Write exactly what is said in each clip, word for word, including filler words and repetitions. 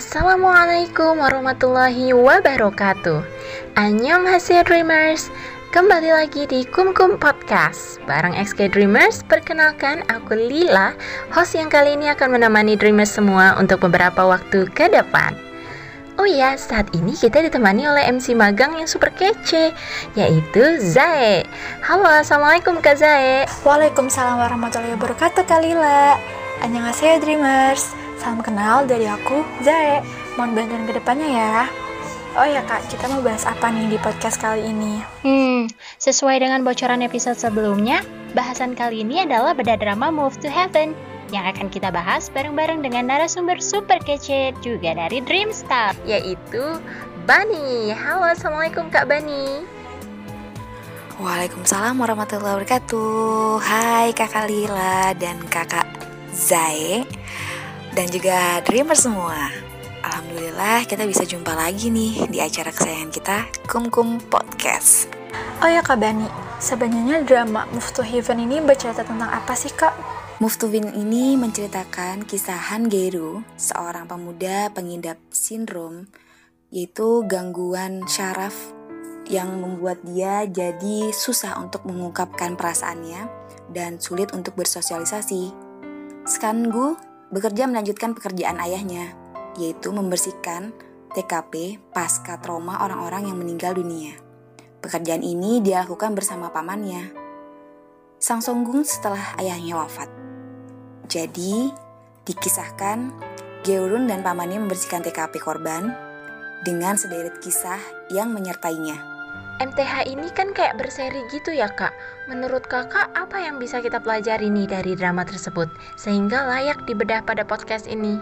Assalamualaikum warahmatullahi wabarakatuh. Annyeonghaseyo Dreamers. Kembali lagi di Kumkum Podcast bareng X K Dreamers. Perkenalkan, aku Lila, host yang kali ini akan menemani Dreamers semua untuk beberapa waktu ke depan. Oh ya, saat ini kita ditemani oleh M C magang yang super kece, yaitu Zae. Halo, Assalamualaikum Kak Zae. Waalaikumsalam warahmatullahi wabarakatuh Kak Lila. Annyeonghaseyo Dreamers. Salam kenal dari aku, Zae. Mohon bantuan ke depannya ya. Oh ya Kak, kita mau bahas apa nih di podcast kali ini? Hmm, sesuai dengan bocoran episode sebelumnya, bahasan kali ini adalah bedah drama Move to Heaven yang akan kita bahas bareng-bareng dengan narasumber super kece juga dari Dreamstar, yaitu Bani. Halo, Assalamualaikum Kak Bani. Waalaikumsalam warahmatullahi wabarakatuh. Hai Kakak Lila dan Kakak Zae dan juga Dreamer semua. Alhamdulillah kita bisa jumpa lagi nih di acara kesayangan kita, Kumkum Podcast. Oh ya Kak Bani, sebenarnya drama Move to Heaven ini bercerita tentang apa sih Kak? Move to Heaven ini menceritakan kisah Han Geru, seorang pemuda pengidap sindrom, yaitu gangguan syaraf yang membuat dia jadi susah untuk mengungkapkan perasaannya dan sulit untuk bersosialisasi. Skangu bekerja melanjutkan pekerjaan ayahnya, yaitu membersihkan T K P pasca trauma orang-orang yang meninggal dunia. Pekerjaan ini dia lakukan bersama pamannya, Sang Songgung, setelah ayahnya wafat. Jadi, dikisahkan Geurun dan pamannya membersihkan T K P korban dengan sederet kisah yang menyertainya. M T H ini kan kayak berseri gitu ya Kak. Menurut Kakak, apa yang bisa kita pelajari nih dari drama tersebut sehingga layak dibedah pada podcast ini?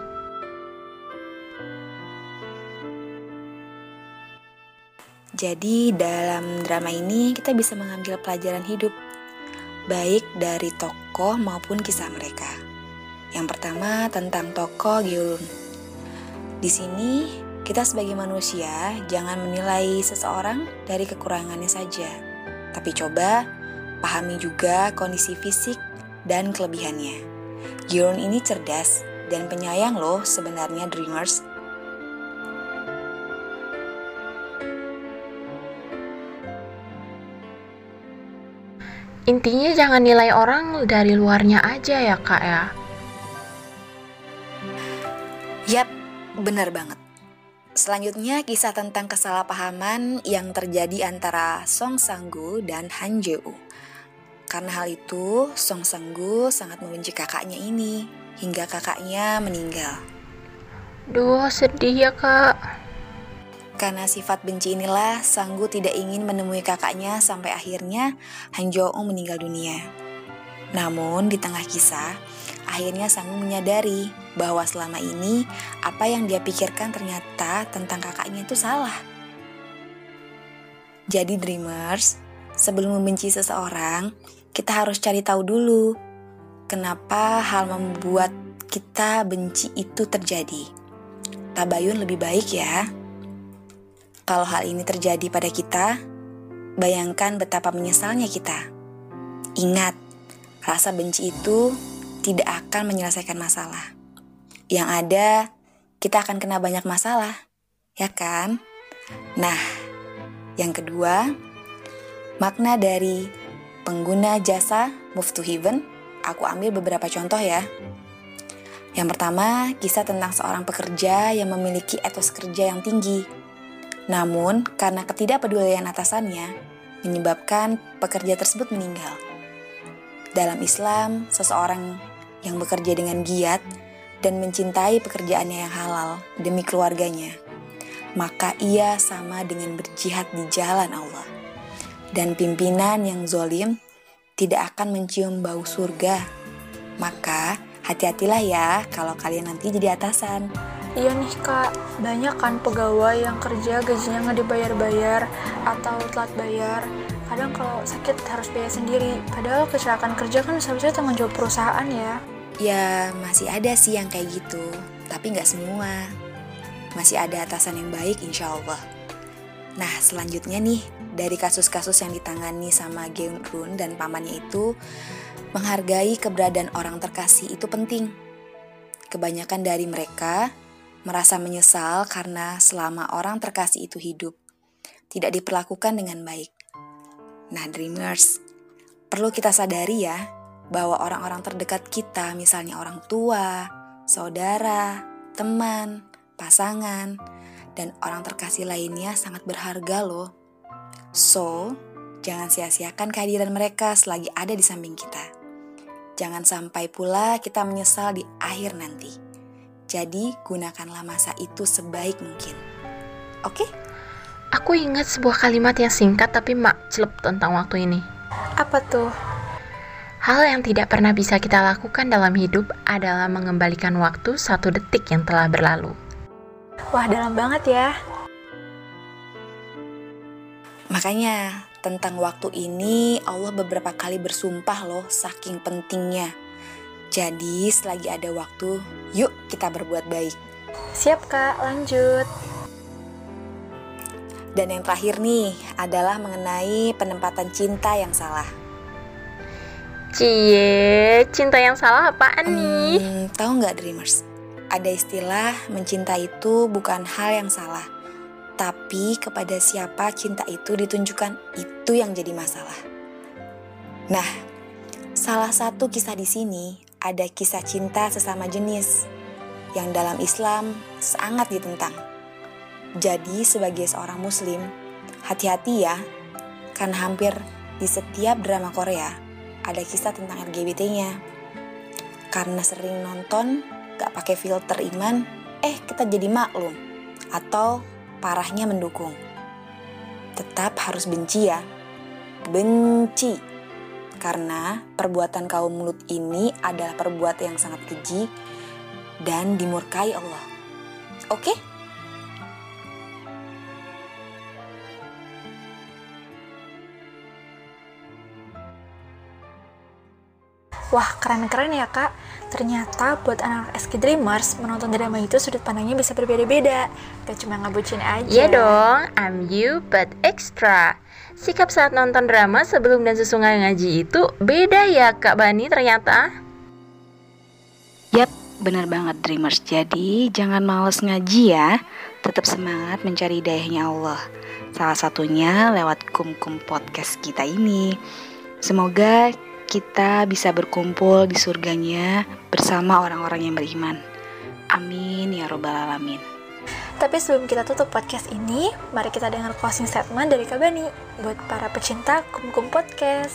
Jadi dalam drama ini kita bisa mengambil pelajaran hidup, baik dari tokoh maupun kisah mereka. Yang pertama tentang tokoh Geurun. Di sini kita sebagai manusia jangan menilai seseorang dari kekurangannya saja, tapi coba pahami juga kondisi fisik dan kelebihannya. Geurun ini cerdas dan penyayang loh sebenarnya, Dreamers. Intinya jangan nilai orang dari luarnya aja ya Kak ya. Yap, benar banget. Selanjutnya kisah tentang kesalahpahaman yang terjadi antara Song Sang-gu dan Han Je-woo. Karena hal itu, Song Sang-gu sangat membenci kakaknya ini hingga kakaknya meninggal. Duh, sedih ya Kak. Karena sifat benci inilah, Sang-gu tidak ingin menemui kakaknya sampai akhirnya Han Jo-eun meninggal dunia. Namun di tengah kisah, akhirnya Sang-gu menyadari bahwa selama ini apa yang dia pikirkan ternyata tentang kakaknya itu salah. Jadi Dreamers, sebelum membenci seseorang, kita harus cari tahu dulu kenapa hal membuat kita benci itu terjadi. Tabayun lebih baik ya. Kalau hal ini terjadi pada kita, bayangkan betapa menyesalnya kita. Ingat, rasa benci itu tidak akan menyelesaikan masalah. Yang ada, kita akan kena banyak masalah, ya kan? Nah, yang kedua, makna dari pengguna jasa Move to Heaven, aku ambil beberapa contoh ya. Yang pertama, kisah tentang seorang pekerja yang memiliki etos kerja yang tinggi. Namun, karena ketidakpedulian atasannya, menyebabkan pekerja tersebut meninggal. Dalam Islam, seseorang yang bekerja dengan giat dan mencintai pekerjaannya yang halal demi keluarganya, maka ia sama dengan berjihad di jalan Allah. Dan pimpinan yang zolim tidak akan mencium bau surga. Maka, hati-hatilah ya kalau kalian nanti jadi atasan. Iya nih Kak, banyak kan pegawai yang kerja gajinya nggak dibayar-bayar atau telat bayar. Kadang kalau sakit harus bayar sendiri, padahal kecelakaan kerja kan seharusnya tanggung jawab perusahaan ya. Ya masih ada sih yang kayak gitu, tapi nggak semua. Masih ada atasan yang baik insya Allah. Nah selanjutnya nih, dari kasus-kasus yang ditangani sama Geurun dan pamannya itu, menghargai keberadaan orang terkasih itu penting. Kebanyakan dari mereka merasa menyesal karena selama orang terkasih itu hidup, tidak diperlakukan dengan baik. Nah, Dreamers, perlu kita sadari ya, bahwa orang-orang terdekat kita, misalnya orang tua, saudara, teman, pasangan, dan orang terkasih lainnya sangat berharga loh. So, jangan sia-siakan kehadiran mereka selagi ada di samping kita. Jangan sampai pula kita menyesal di akhir nanti. Jadi, gunakanlah masa itu sebaik mungkin. Oke? Aku ingat sebuah kalimat yang singkat tapi makclep tentang waktu ini. Apa tuh? Hal yang tidak pernah bisa kita lakukan dalam hidup adalah mengembalikan waktu satu detik yang telah berlalu. Wah, dalam banget ya. Makanya, tentang waktu ini Allah beberapa kali bersumpah loh, saking pentingnya. Jadi, selagi ada waktu, yuk kita berbuat baik. Siap Kak, lanjut. Dan yang terakhir nih, adalah mengenai penempatan cinta yang salah. Cie, cinta yang salah apaan nih? Hmm, tahu nggak Dreamers? Ada istilah mencinta itu bukan hal yang salah, tapi kepada siapa cinta itu ditunjukkan, itu yang jadi masalah. Nah, salah satu kisah di sini ada kisah cinta sesama jenis yang dalam Islam sangat ditentang. Jadi sebagai seorang muslim, hati-hati ya, karena hampir di setiap drama Korea ada kisah tentang L G B T-nya. Karena sering nonton, gak pakai filter iman, eh kita jadi maklum, atau parahnya mendukung. Tetap harus benci ya, benci. Karena perbuatan kaum Lut ini adalah perbuatan yang sangat keji dan dimurkai Allah. Oke? Wah, keren-keren ya Kak. Ternyata buat anak S K Dreamers, menonton drama itu sudut pandangnya bisa berbeda-beda. Gak cuma ngebucin aja. Iya dong, I'm you but extra. Sikap saat nonton drama sebelum dan sesudah ngaji itu beda ya Kak Bani ternyata. Yap, benar banget Dreamers. Jadi jangan males ngaji ya. Tetap semangat mencari hidayahnya Allah. Salah satunya lewat Kum-Kum Podcast kita ini. Semoga kita bisa berkumpul di surganya bersama orang-orang yang beriman. Amin ya robbal alamin. Tapi sebelum kita tutup podcast ini, mari kita dengar closing statement dari Kak Bani buat para pecinta Kum-Kum Podcast.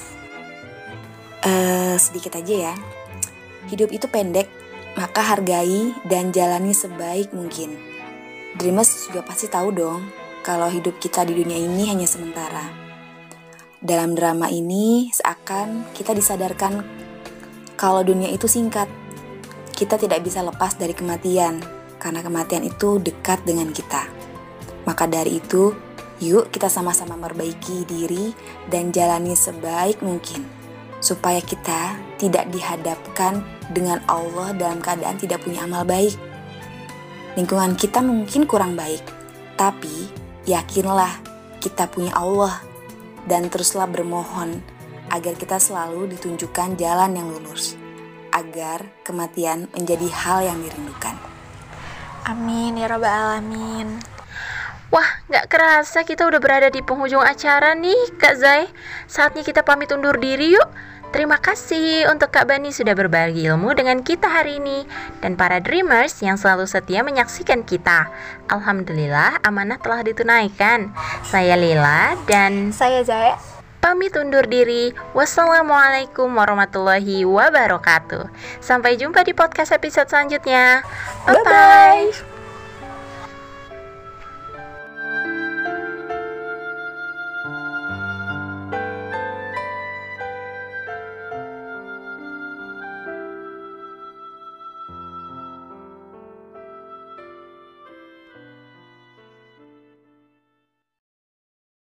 Uh, sedikit aja ya. Hidup itu pendek, maka hargai dan jalani sebaik mungkin. Dreamers juga pasti tahu dong kalau hidup kita di dunia ini hanya sementara. Dalam drama ini seakan kita disadarkan kalau dunia itu singkat. Kita tidak bisa lepas dari kematian, karena kematian itu dekat dengan kita. Maka dari itu, yuk kita sama-sama memperbaiki diri dan jalani sebaik mungkin, supaya kita tidak dihadapkan dengan Allah dalam keadaan tidak punya amal baik. Lingkungan kita mungkin kurang baik, tapi yakinlah kita punya Allah. Dan teruslah bermohon agar kita selalu ditunjukkan jalan yang lurus, agar kematian menjadi hal yang dirindukan. Amin ya robbal alamin. Wah, gak kerasa kita udah berada di penghujung acara nih Kak Zai. Saatnya kita pamit undur diri yuk. Terima kasih untuk Kak Bani sudah berbagi ilmu dengan kita hari ini, dan para Dreamers yang selalu setia menyaksikan kita. Alhamdulillah amanah telah ditunaikan. Saya Lila dan saya Zaya pamit undur diri. Wassalamualaikum warahmatullahi wabarakatuh. Sampai jumpa di podcast episode selanjutnya. Bye-bye.